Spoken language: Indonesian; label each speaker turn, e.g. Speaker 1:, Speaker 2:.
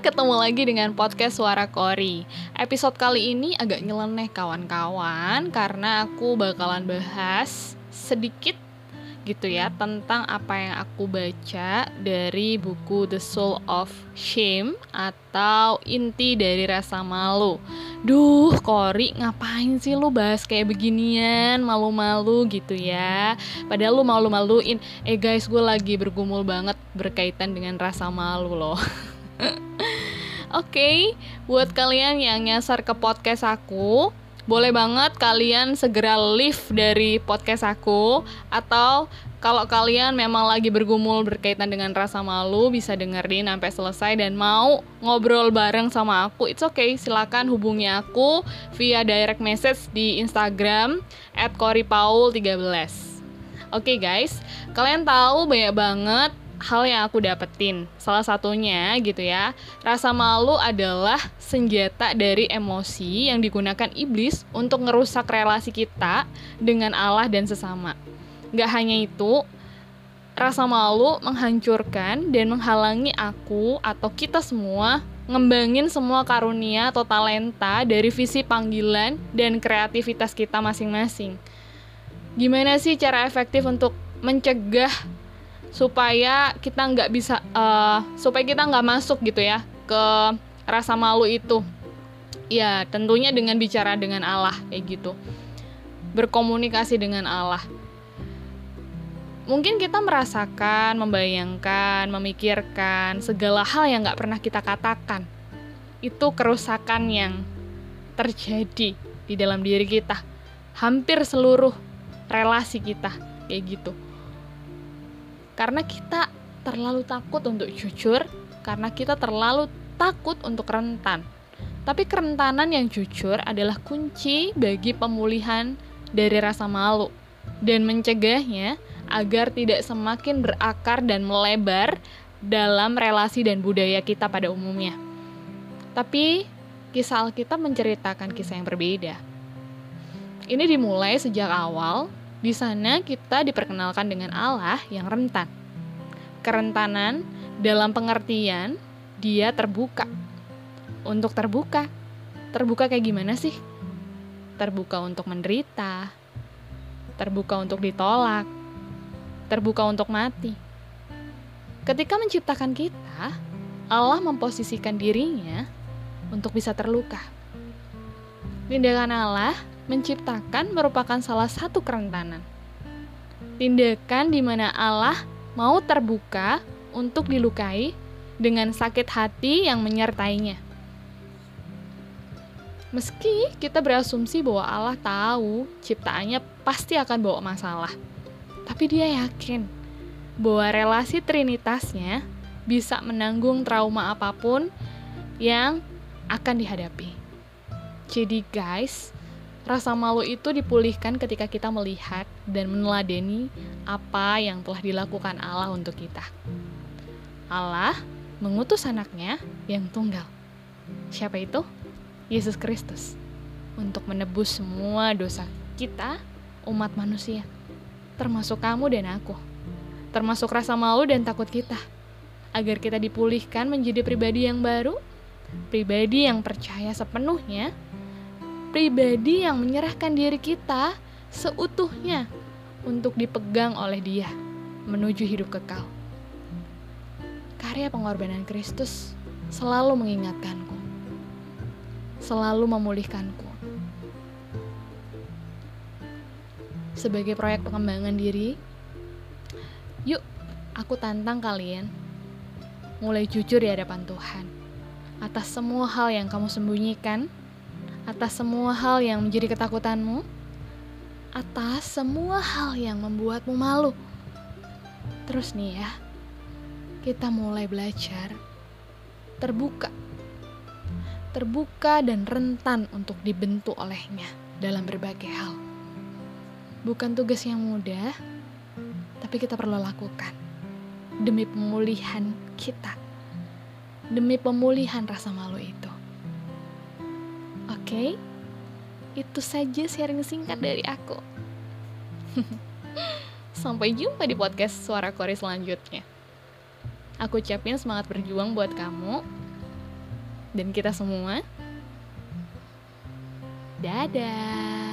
Speaker 1: ketemu lagi dengan podcast Suara Kori. Episode kali ini agak nyeleneh kawan-kawan, karena aku bakalan bahas sedikit gitu ya tentang apa yang aku baca dari buku The Soul of Shame atau Inti dari Rasa Malu. Duh, Kori, ngapain sih lu bahas kayak beginian, malu-malu gitu ya? Padahal lu malu-maluin. Guys, gue lagi bergumul banget berkaitan dengan rasa malu loh. Oke, buat kalian yang nyasar ke podcast aku, boleh banget kalian segera leave dari podcast aku. Atau kalau kalian memang lagi bergumul berkaitan dengan rasa malu, bisa dengerin sampai selesai dan mau ngobrol bareng sama aku, it's okay, silakan hubungi aku via direct message di Instagram @koripaul13. Oke guys, kalian tahu banyak banget hal yang aku dapetin. Salah satunya gitu ya, rasa malu adalah senjata dari emosi yang digunakan iblis untuk ngerusak relasi kita dengan Allah dan sesama. Gak hanya itu, rasa malu menghancurkan dan menghalangi aku atau kita semua ngembangin semua karunia atau talenta dari visi panggilan dan kreativitas kita masing-masing. Gimana sih cara efektif untuk mencegah supaya kita nggak masuk gitu ya ke rasa malu itu? Ya tentunya dengan bicara dengan Allah kayak gitu, berkomunikasi dengan Allah. Mungkin kita merasakan, membayangkan, memikirkan segala hal yang nggak pernah kita katakan. Itu kerusakan yang terjadi di dalam diri kita, hampir seluruh relasi kita kayak gitu. Karena kita terlalu takut untuk jujur, karena kita terlalu takut untuk rentan. Tapi kerentanan yang jujur adalah kunci bagi pemulihan dari rasa malu dan mencegahnya agar tidak semakin berakar dan melebar dalam relasi dan budaya kita pada umumnya. Tapi kisah Alkitab menceritakan kisah yang berbeda. Ini dimulai sejak awal. Di sana kita diperkenalkan dengan Allah yang rentan. Kerentanan dalam pengertian dia terbuka. Untuk terbuka kayak gimana sih? Terbuka untuk menderita, terbuka untuk ditolak, terbuka untuk mati. Ketika menciptakan kita, Allah memposisikan dirinya untuk bisa terluka. Tindakan Allah menciptakan merupakan salah satu kerentanan. Tindakan di mana Allah mau terbuka untuk dilukai dengan sakit hati yang menyertainya. Meski kita berasumsi bahwa Allah tahu ciptaannya pasti akan bawa masalah, tapi dia yakin bahwa relasi trinitasnya bisa menanggung trauma apapun yang akan dihadapi. Jadi guys, rasa malu itu dipulihkan ketika kita melihat dan meneladani apa yang telah dilakukan Allah untuk kita. Allah mengutus anaknya yang tunggal. Siapa itu? Yesus Kristus. Untuk menebus semua dosa kita, umat manusia. Termasuk kamu dan aku. Termasuk rasa malu dan takut kita. Agar kita dipulihkan menjadi pribadi yang baru, pribadi yang percaya sepenuhnya, pribadi yang menyerahkan diri kita seutuhnya untuk dipegang oleh Dia menuju hidup kekal. Karya pengorbanan Kristus selalu mengingatkanku, selalu memulihkanku. Sebagai proyek pengembangan diri, yuk aku tantang kalian mulai jujur di hadapan Tuhan atas semua hal yang kamu sembunyikan, atas semua hal yang menjadi ketakutanmu, atas semua hal yang membuatmu malu. Terus nih ya, kita mulai belajar terbuka dan rentan untuk dibentuk olehnya dalam berbagai hal. Bukan tugas yang mudah, tapi kita perlu lakukan demi pemulihan kita, demi pemulihan rasa malu itu. Oke, itu saja sharing singkat dari aku. Sampai jumpa di podcast Suara Kori selanjutnya. Aku ucapin semangat berjuang buat kamu. dan kita semua. Dadah.